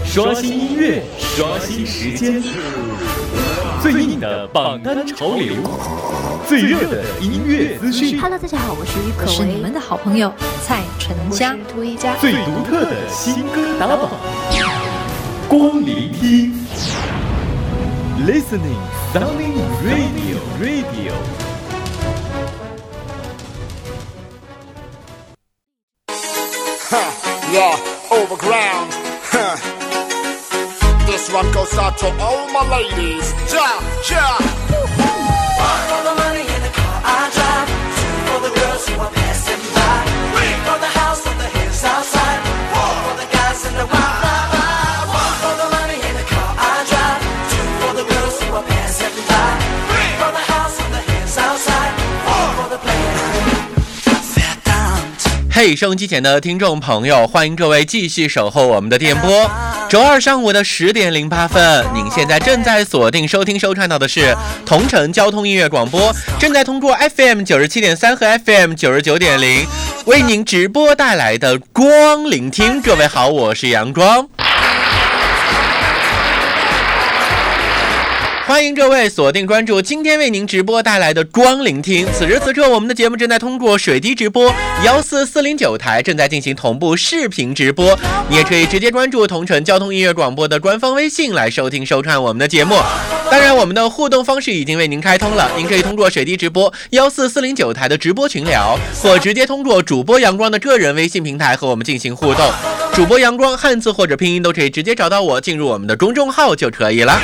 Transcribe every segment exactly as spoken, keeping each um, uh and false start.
刷新音乐，刷新时间，最硬的榜单潮流，最热的音乐资讯。 Hello， 大家好，我是于可为， 我是你们的好朋友蔡淳佳。 最独特的新歌打榜，光聆听 ，Listening Sounding Radio Radio。 Yeah, overground. Huh. This one goes out to all my ladies. Ja, ja. One for the money in the car I drive. Two for the girls who are passing by. Three for the house on the hills outside. Four for the guys in the wild ride. One for the money in the car I drive. Two for the girls who are passing by. Three for the house on the hills outside. Four for the players. 嘿，收音机前的听众朋友，欢迎各位继续守候我们的电波。周二上午的十点零八分，您现在正在锁定收听收看到的是同城交通音乐广播，正在通过 F M 九十七点三和 F M 九十九点零为您直播带来的光聆听。各位好，我是阳光。欢迎各位锁定关注今天为您直播带来的光聆听。此时此刻我们的节目正在通过水滴直播一四四零九台正在进行同步视频直播，你也可以直接关注同城交通音乐广播的官方微信来收听收看我们的节目。当然我们的互动方式已经为您开通了，您可以通过水滴直播一四四零九台的直播群聊，或直接通过主播阳光的个人微信平台和我们进行互动。主播阳光汉字或者拼音都可以直接找到我，进入我们的公众号就可以了。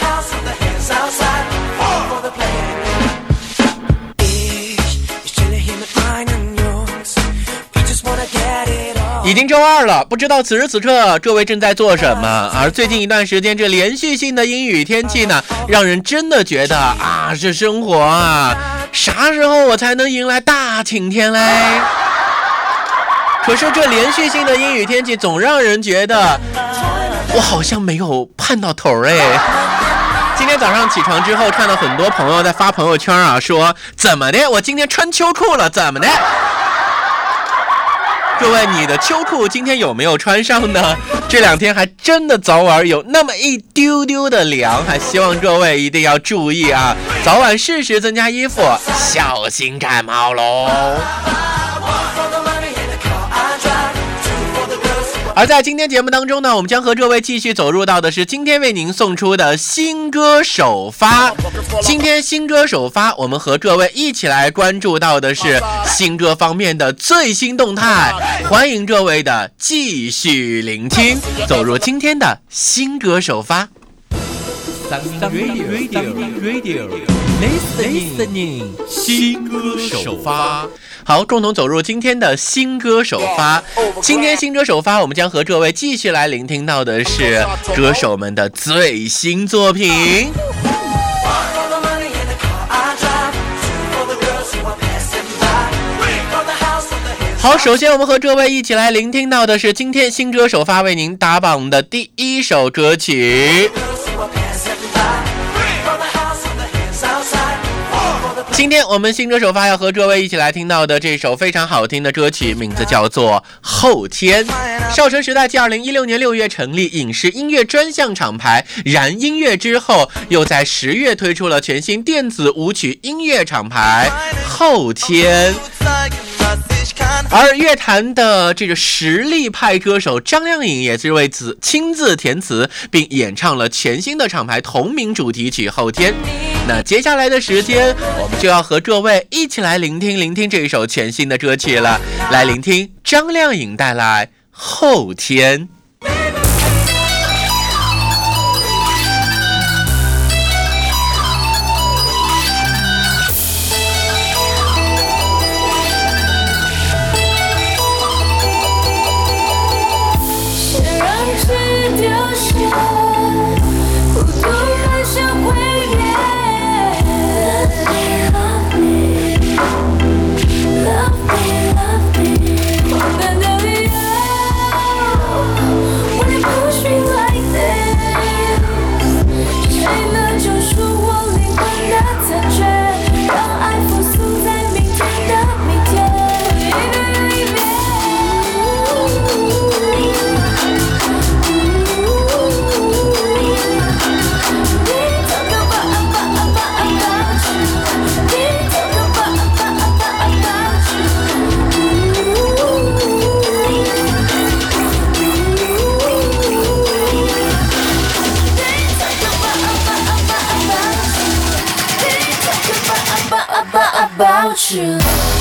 已经周二了，不知道此时此刻各位正在做什么。而最近一段时间这连续性的阴雨天气呢，让人真的觉得啊，这生活啊，啥时候我才能迎来大晴天嘞？可是这连续性的阴雨天气总让人觉得我好像没有盼到头哎。今天早上起床之后，看到很多朋友在发朋友圈啊，说怎么的，我今天穿秋裤了，怎么的？各位，你的秋裤今天有没有穿上呢？这两天还真的早晚有那么一丢丢的凉，还希望各位一定要注意啊，早晚适时增加衣服，小心感冒喽。而在今天节目当中呢，我们将和各位继续走入到的是今天为您送出的新歌首发。今天新歌首发，我们和各位一起来关注到的是新歌方面的最新动态，欢迎各位的继续聆听，走入今天的新歌首发。 Radio Radio Listening 新歌首发。 好，共同走入今天的新歌首发。今天新歌首发，我们将和各位继续来聆听到的是歌手们的最新作品。好，首先我们和各位一起来聆听到的是今天新歌首发为您打榜的第一首歌曲。今天我们新歌首发要和各位一起来听到的这首非常好听的歌曲，名字叫做《后天》。少城时代继二零一六年六月成立影视音乐专项厂牌燃音乐之后，又在十月推出了全新电子舞曲音乐厂牌后天。而乐坛的这个实力派歌手张靓颖也是为此亲自填词，并演唱了全新的厂牌同名主题曲《后天》。那接下来的时间，我们就要和各位一起来聆听聆听这一首全新的歌曲了，来聆听张靓颖带来《后天》。 Love me, love me, you.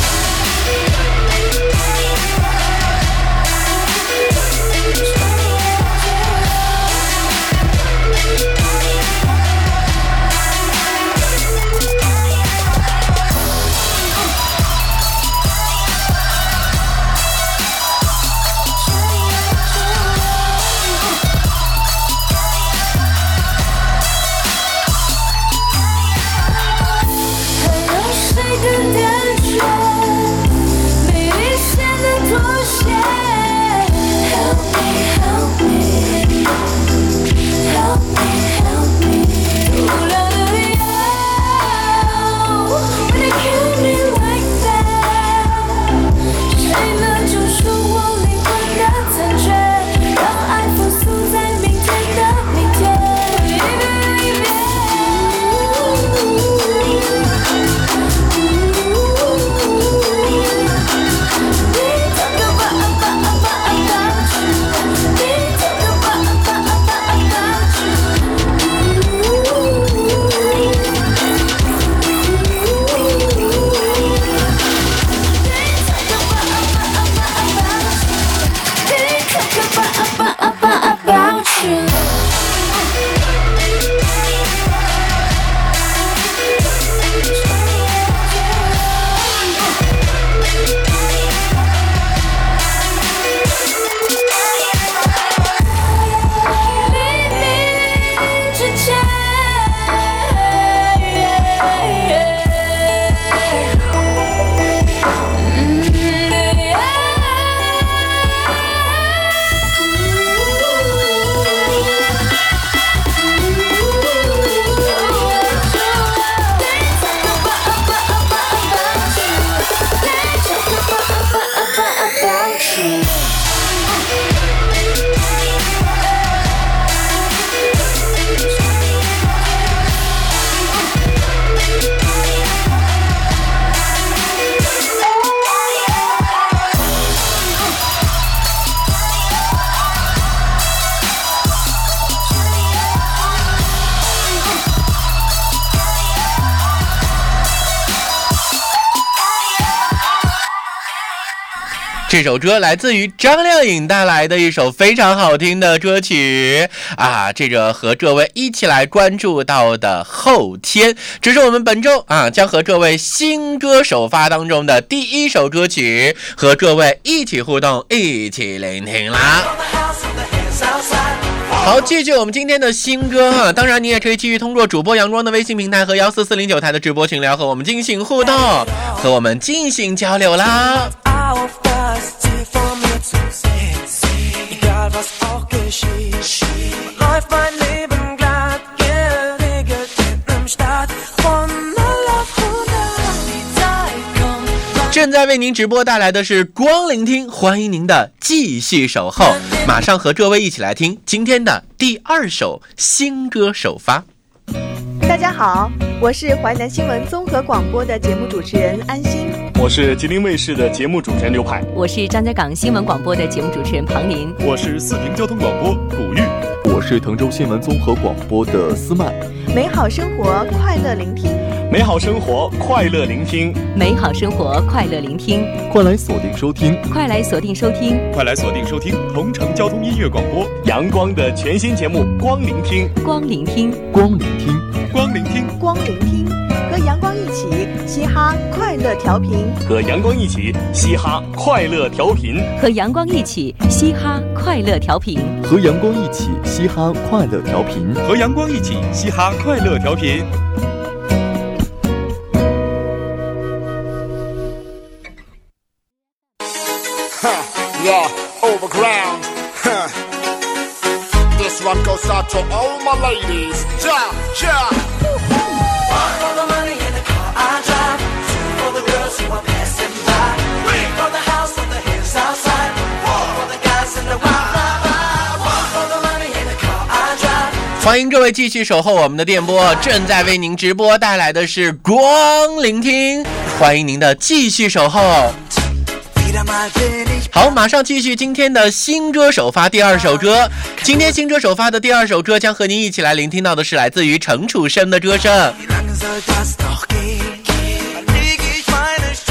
这首歌来自于张靓颖带来的一首非常好听的歌曲啊，这个和这位一起来关注到的后天，这是我们本周啊将和这位新歌首发当中的第一首歌曲，和各位一起互动，一起聆听啦。好，继续我们今天的新歌哈，当然你也可以继续通过主播阳光的微信平台和幺四四零九台的直播群聊和我们进行互动，和我们进行交流啦。正在为您直播带来的是光聆听，欢迎您的继续守候，马上和各位一起来听今天的第二首新歌首发。 大家好，我是淮南新闻综合广播的节目主持人安心， 我是吉林卫视的节目主持人刘海， 我是张家港新闻广播的节目主持人庞林， 我是四平交通广播古玉， 我是滕州新闻综合广播的思曼。 美好生活，快乐聆听。 美好生活，快乐聆听。 美好生活，快乐聆听。 快来锁定收听， 快来锁定收听， 快来锁定收听同城交通音乐广播， 阳光的全新节目《光聆听》， 光聆听， 光聆听， 光聆听， 光聆听，和阳光一起嘻哈快乐调频， 和阳光一起嘻哈快乐调频， 和阳光一起嘻哈快乐调频， 和阳光一起嘻哈快乐调频， 和阳光一起嘻哈快乐调频。 Yeah, overground. Huh. This one goes out to all my ladies. Yeah, yeah. One for the money in the car I drive. Two for the girls who are passing by. Three for the house on the hills outside. Four for the guys in the wild. One for the money in the car I drive. 欢迎各位继续守候我们的电波，正在为您直播带来的是光聆听，欢迎您的继续守候。好，马上继续今天的新歌首发第二首歌。今天新歌首发的第二首歌将和您一起来聆听到的是来自于陈楚生的歌声。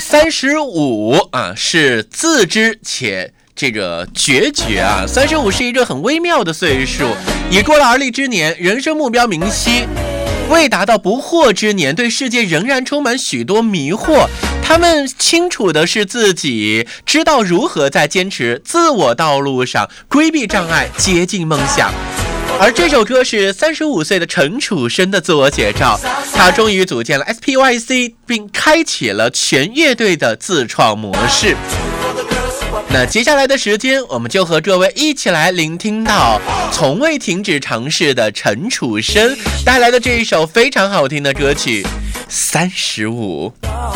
三十五啊，是自知且这个决绝啊。三十五是一个很微妙的岁数，已过了而立之年，人生目标明晰，未达到不惑之年，对世界仍然充满许多迷惑。他们清楚的是自己知道如何在坚持自我道路上规避障碍，接近梦想。而这首歌是三十五岁的陈楚生的自我写照，他终于组建了 S P Y C， 并开启了全乐队的自创模式。那接下来的时间，我们就和各位一起来聆听到从未停止尝试的陈楚生带来的这一首非常好听的歌曲《三十五》。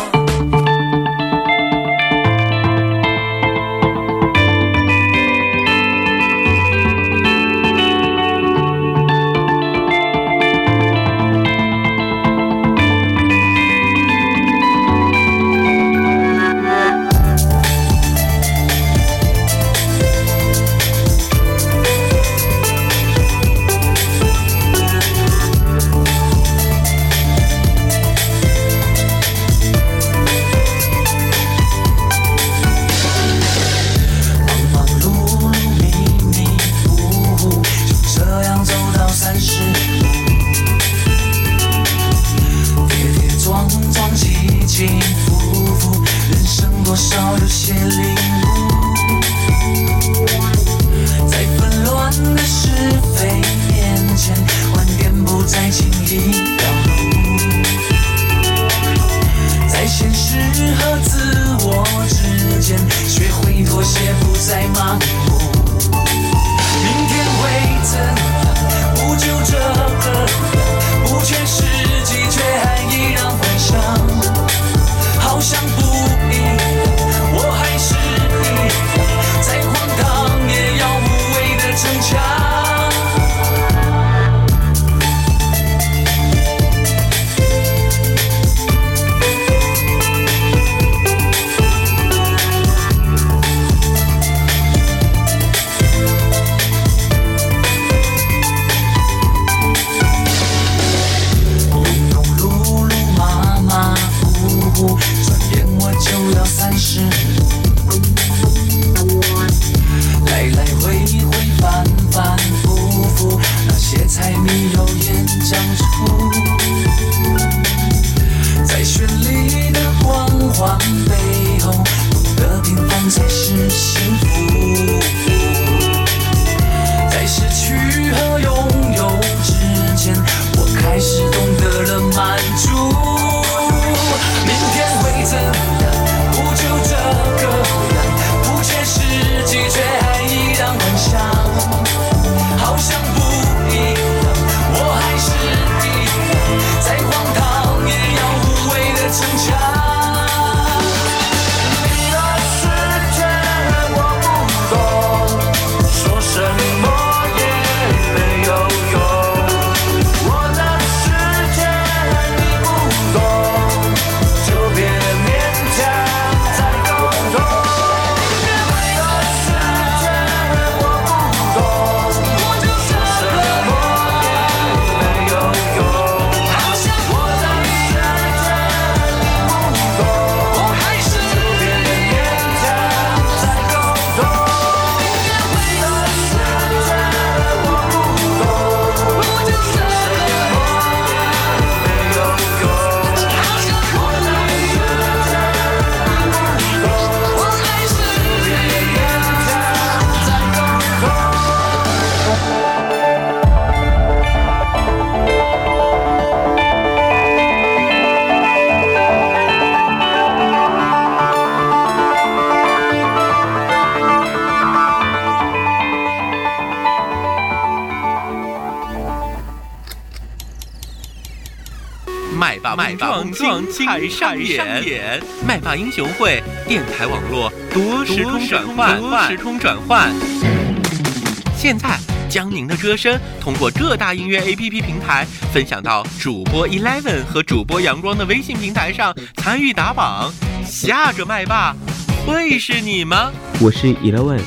麦霸麦霸碰撞精彩上演，麦霸英雄会电台网络多时空转换，多时空转换。现在将您的歌声通过各大音乐 A P P 平台分享到主播 Eleven 和主播阳光的微信平台上，参与打榜。下个麦霸会是你吗？ 我是 Eleven，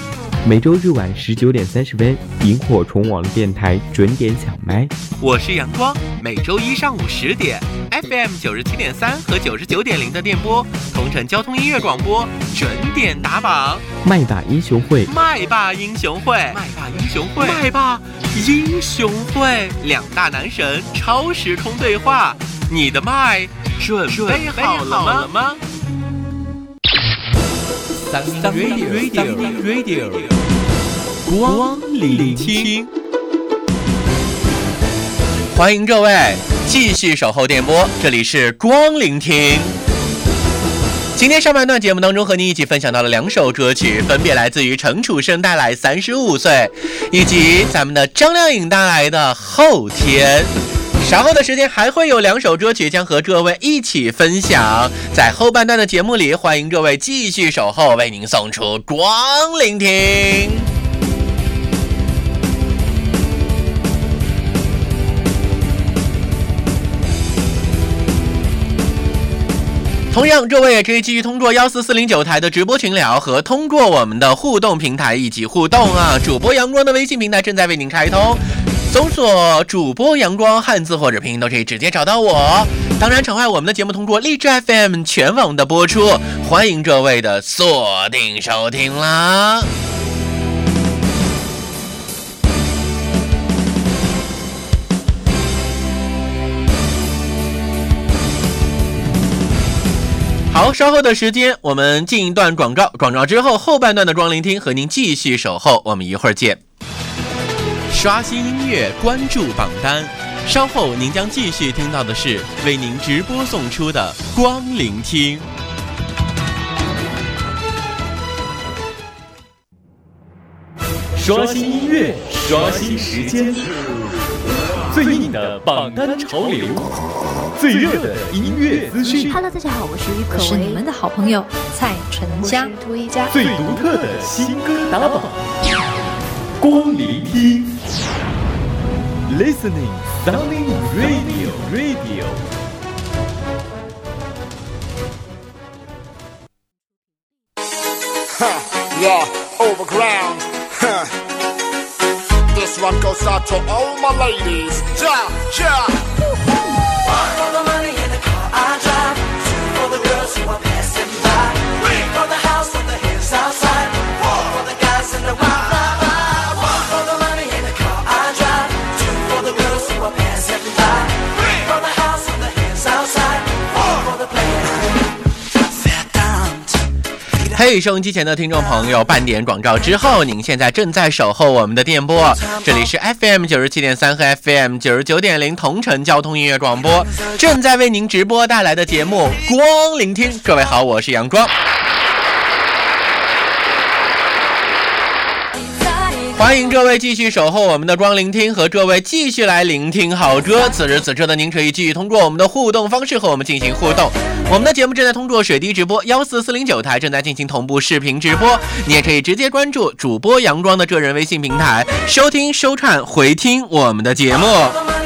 每周日晚十九点三十分，萤火虫网络电台准点响麦。 我是阳光，每周一上午十点 ，F M 九十七点三和九十九点零的电波，同城交通音乐广播准点打榜。 麦霸英雄会， 麦霸英雄会，麦霸英雄会，麦霸英雄会，两大男神超时空对话，你的麦准备好了吗？Sun Radio Radio 光聆听，欢迎各位继续守候电波，这里是光聆听。今天上半段节目当中和您一起分享到了两首歌曲，分别来自于程楚生带来三十五岁，以及咱们的张靓颖带来的后天。稍后的时间还会有两首歌曲将和各位一起分享，在后半段的节目里，欢迎各位继续守候，为您送出光聆听。同样，各位也可以继续通过幺四四零九台的直播群聊和通过我们的互动平台一起互动啊！主播阳光的微信平台正在为您开通。搜索主播阳光汉字或者拼音都可以直接找到我。当然，场外我们的节目通过荔枝 F M 全网的播出，欢迎各位的锁定收听啦。好，稍后的时间我们进一段广告，广告之后后半段的光聆听和您继续守候，我们一会儿见。刷新音乐，关注榜单。稍后您将继续听到的是为您直播送出的光聆听。 刷新音乐，刷新时间，最硬的榜单潮流，最热的音乐资讯。 Hello， 大家好，我是于可为，是你们的好朋友蔡淳佳， 涂一佳， 最独特的新歌打榜，光聆听。Listening Sunny Radio Radio。 Huh, yeah, overground. Huh. This one goes out to all my ladies. Ja, ja. One for the money in the car I drive, two for the girls who are passing by, three for the house on the hills outside, four for the guys in the wild ride. One for the money in the car I drive, two for the girls who are passing by, three for the house on the hills outside, four for the players. 嘿，收音机前的听众朋友，半点广告之后，您现在正在守候我们的电波，这里是 F M 九十七点三和 F M 九十九点零同城交通音乐广播，正在为您直播带来的节目《光聆听》。各位好，我是阳光。欢迎各位继续守候我们的光聆听，和各位继续来聆听好歌。此时此刻的您可以继续通过我们的互动方式和我们进行互动。我们的节目正在通过水滴直播幺四四零九台正在进行同步视频直播，你也可以直接关注主播阳光的个人微信平台，收听、收看、回听我们的节目。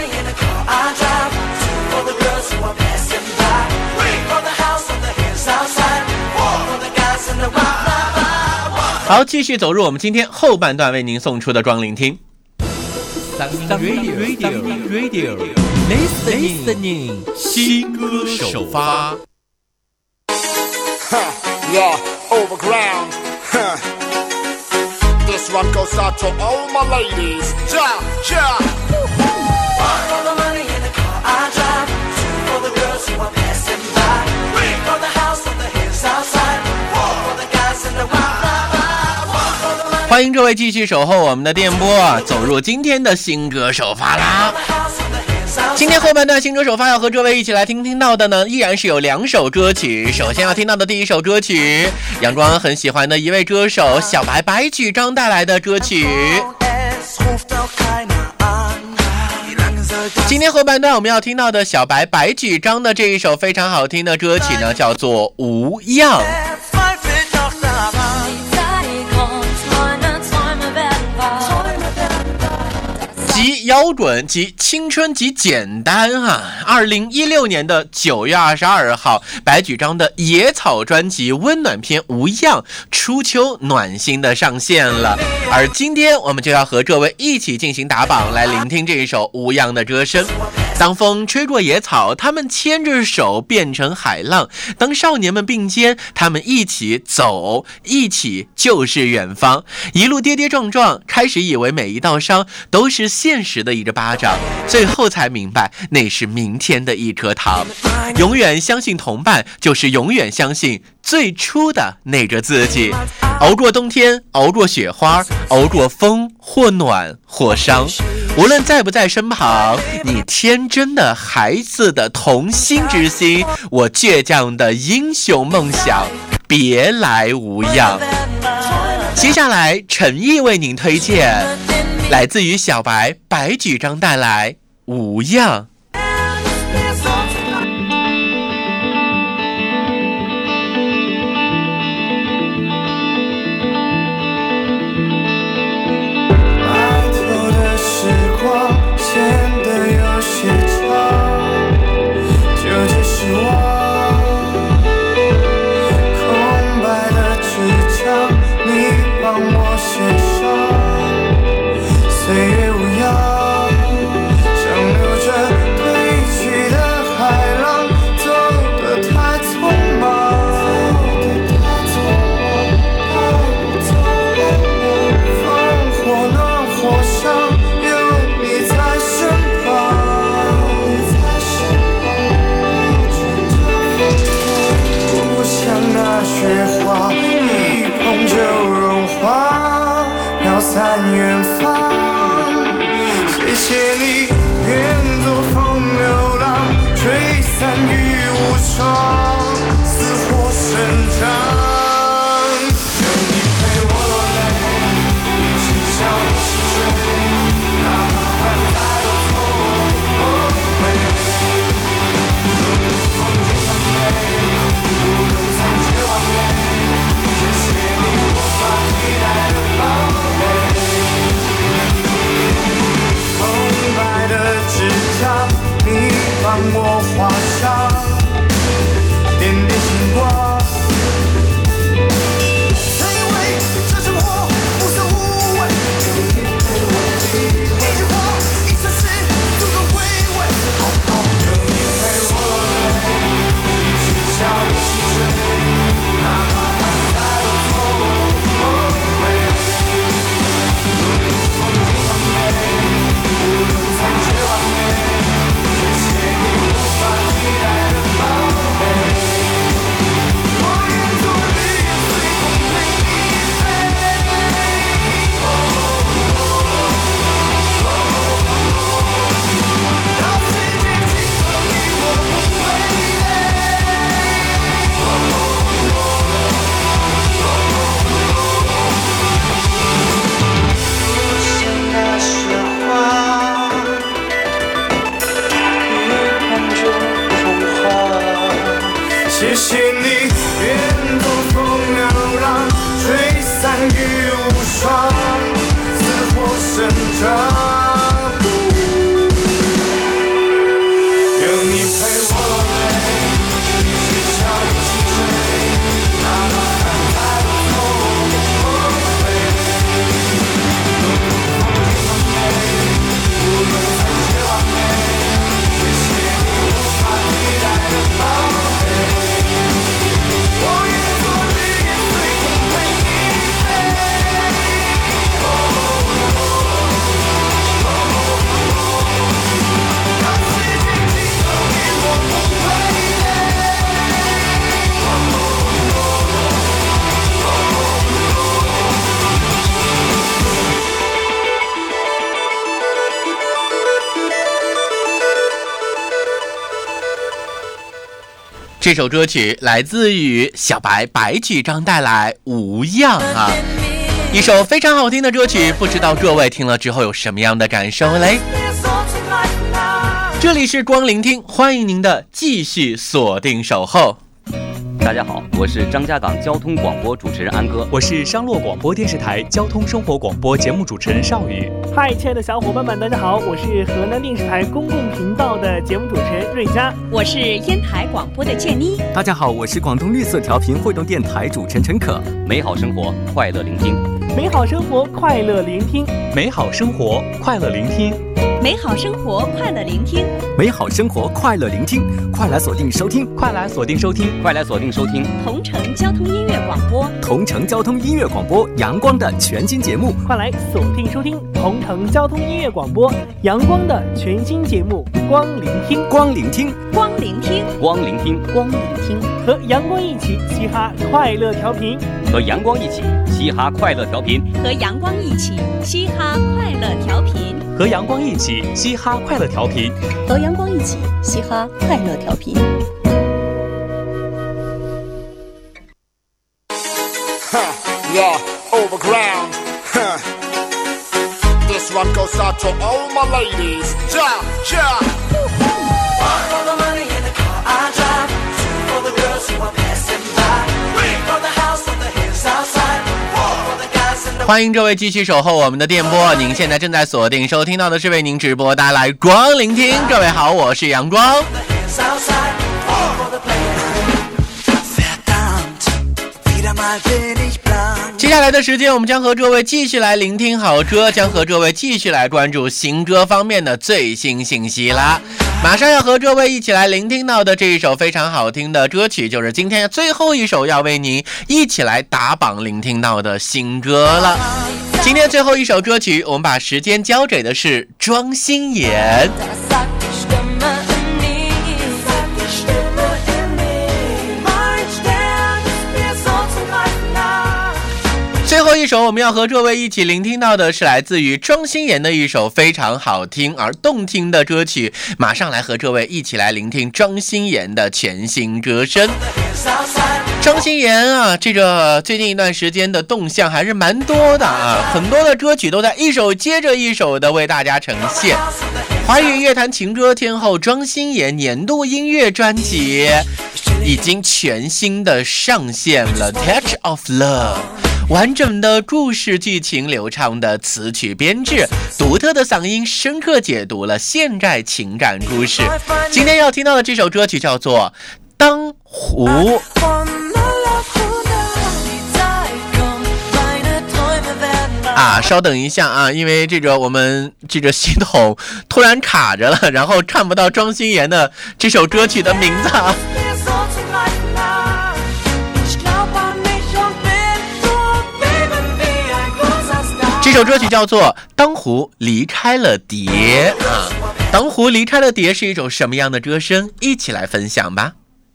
好，继续走入我们今天后半段为您送出的光聆听。Radio Radio Radio Listening 新歌首发。 Huh, yeah, overground. Huh. This one goes out to all my ladies. Ja, ja. One for the money in the car I drive, two for the girls who are passing by, three for the house on the hills outside, four for the guys in the wild ride. 欢迎各位继续守候我们的电波，走入今天的新歌首发啦！今天后半段新歌首发要和各位一起来听听到的呢，依然是有两首歌曲。首先要听到的第一首歌曲，阳光很喜欢的一位歌手小白白举纲带来的歌曲。今天后半段我们要听到的小白白举纲的这一首非常好听的歌曲呢，叫做《无恙》。集标准及青春及简单啊！二零一六年的九月二十二号，白举纲的野草专辑《温暖篇无恙》初秋暖心的上线了。而今天我们就要和这位一起进行打榜，来聆听这一首无恙的歌声。当风吹过野草，他们牵着手变成海浪；当少年们并肩，他们一起走，一起就是远方。一路跌跌撞撞，开始以为每一道伤都是现实的一个巴掌，最后才明白那是明天的一颗糖。永远相信同伴，就是永远相信最初的那个自己。熬过冬天，熬过雪花，熬过风，或暖或伤。无论在不在身旁，你天真的孩子的童心之心，我倔强的英雄梦想，别来无恙。接下来陈毅为您推荐来自于小白白举纲带来无恙。 散远方，谢谢你愿做风流浪，吹散于无常，死活生长。有你陪我落泪，一起笑一起追，哪怕万载都错过回忆。风景上飞，无论残缺完美，谢谢你无法替代的宝贝。你帮我画上点点星光，曾以为这生活无色无味，一句话一瞬时足够回味。有你陪我落泪，一起笑一起追，哪怕万载都错过回忆。风景完美，无论残缺完美。谢谢你愿做风流浪，吹散于无双，死活生长。有你陪我落泪，一起笑一起追，哪怕万载都错过回忆。风景完美，无论残缺完美，谢谢你无法替代的宝贝。我愿做绿叶随风陪你飞，让世界尽头给我不回这首歌曲来自于小白白举纲带来无恙啊，一首非常好听的歌曲，不知道各位听了之后有什么样的感受嘞？这里是光聆听，欢迎您的继续锁定守候。 大家好，我是张家港交通广播主持人安哥。 我是商洛广播电视台交通生活广播节目主持人邵宇。 嗨，亲爱的小伙伴们，大家好，我是河南电视台公共频道的节目主持人瑞佳。 我是烟台广播的建妮。 大家好，我是广东绿色调频汇动电台主持人陈可。 美好生活，快乐聆听。 美好生活，快乐聆听。 美好生活，快乐聆听。 美好生活，快乐聆听。 美好生活，快乐聆听。快来锁定收听， 快来锁定收听， 快来锁定收听。 同城交通音乐广播， 同城交通音乐广播，阳光的全新节目。 快来锁定收听同城交通音乐广播，阳光的全新节目。光聆听， 光聆听， 光聆听， 光聆听， 光聆听。 和阳光一起嘻哈快乐调频， 和阳光一起嘻哈快乐调频， 和阳光一起嘻哈快乐调频， 和阳光一起嘻哈快乐调频， 和阳光一起嘻哈快乐调频。 Yeah, overground. Huh. This one goes out to all my ladies. Yeah, yeah. One for the money in the car I drive. Two for the girls who are passing by. Three for the house on the hills outside. Four for the guys in the... 欢迎各位继续守候我们的电波，您现在正在锁定收听到的是为您直播带来光聆听。各位好，我是阳光。接下来的时间，我们将和各位继续来聆听好歌，将和各位继续来关注新歌方面的最新信息啦。马上要和各位一起来聆听到的这一首非常好听的歌曲，就是今天最后一首要为您一起来打榜聆听到的新歌了。今天最后一首歌曲，我们把时间交给的是庄心妍。最后一首我们要和各位一起聆听到的是来自于庄心妍的一首非常好听而动听的歌曲，马上来和各位一起来聆听庄心妍的全新歌声。庄心妍啊，这个最近一段时间的动向还是蛮多的啊，很多的歌曲都在一首接着一首的为大家呈现。华语乐坛情歌天后庄心妍年度音乐专辑已经全新的上线了 Touch of Love，完整的故事剧情，流畅的词曲编制，独特的嗓音，深刻解读了现代情感故事。今天要听到的这首歌曲叫做《当湖》。啊，稍等一下啊，因为这个我们这个系统突然卡着了，然后看不到庄心妍的这首歌曲的名字啊。这首歌曲叫做《当湖离开了蝶》啊，《当湖离开了蝶》是一种什么样的歌声？一起来分享吧。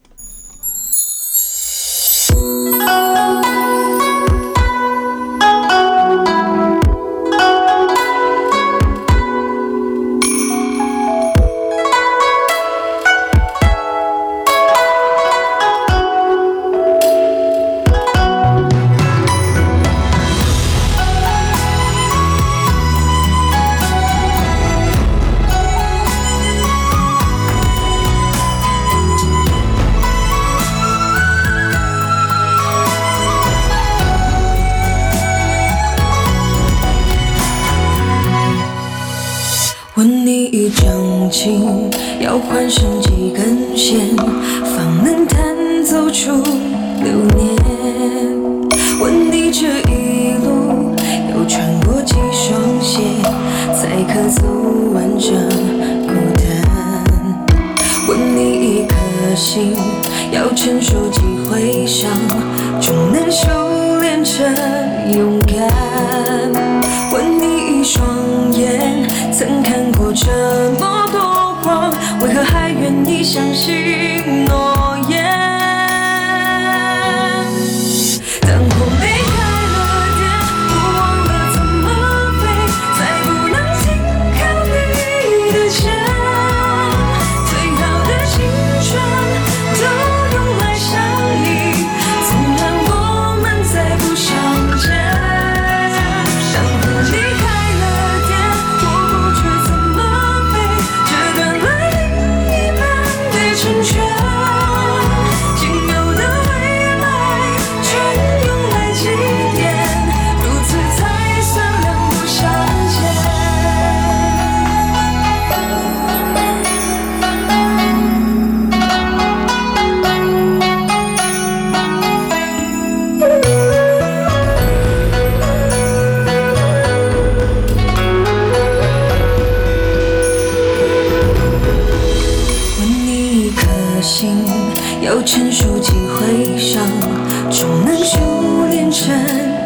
问你一张琴要换上几根弦，方能弹奏出流年。问你这一路要穿过几双鞋，才可走完这孤单。问你一颗心要承受几回伤，终能修炼成勇敢。问你一双眼曾看过这么多谎，为何还愿意相信诺言？当我离开了蝶，我忘了怎么飞，再不能紧靠你的肩。最好的青春都用来想你，纵然我们再不相见。当我离开了蝶，我不知怎么飞，这段爱另一半得成全。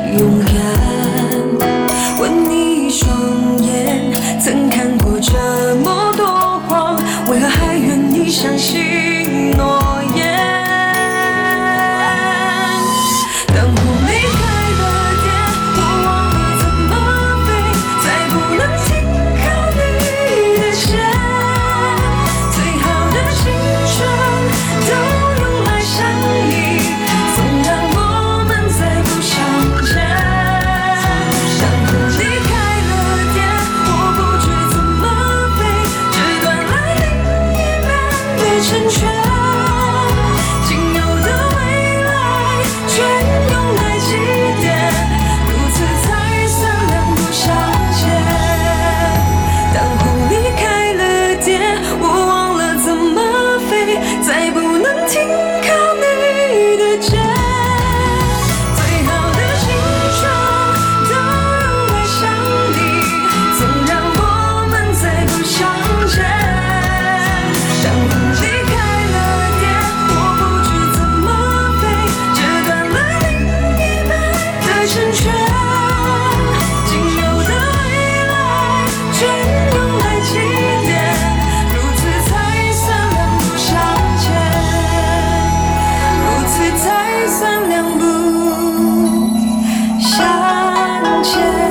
勇敢。问你一双眼，曾看过这么多谎，为何还愿意相信诺言？当我离开了点，我忘了怎么飞，再不能停靠你的肩。最好的青春都用来想你，纵然我们再不相见。当我离开了点，我不知怎么飞，只断了另一半的成全。仅有的未来全用来祭奠，如此才算两不相欠。当我离开了点，我忘了怎么飞，再不能停靠你的肩。最好的青春都用来想你，纵然我们再不相见。当我离开了点，我不知怎么飞，折断了另一半的成全。仅有的未来全用来祭奠，如此才算两不相欠，如此才算两不相欠。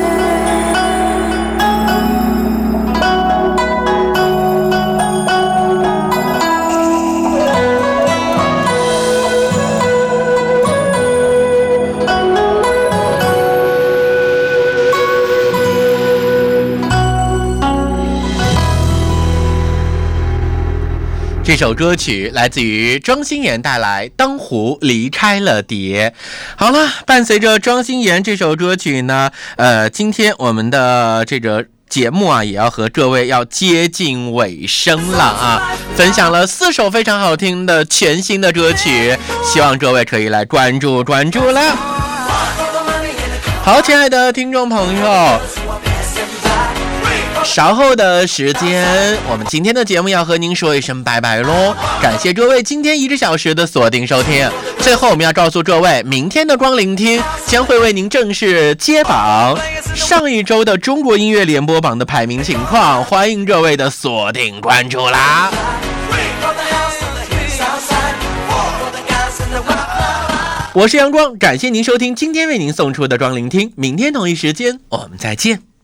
这首歌曲来自于庄心妍带来《当湖离开了蝶》。好了，伴随着庄心妍这首歌曲呢，呃，今天我们的这个节目啊，也要和各位要接近尾声了啊！分享了四首非常好听的全新的歌曲，希望各位可以来关注关注了。好，亲爱的听众朋友，稍后的时间，我们今天的节目要和您说一声拜拜喽！感谢各位今天一个小时的锁定收听。最后，我们要告诉各位，明天的光聆听将会为您正式揭榜上一周的中国音乐联播榜的排名情况，欢迎各位的锁定关注啦！我是阳光，感谢您收听今天为您送出的光聆听，明天同一时间我们再见。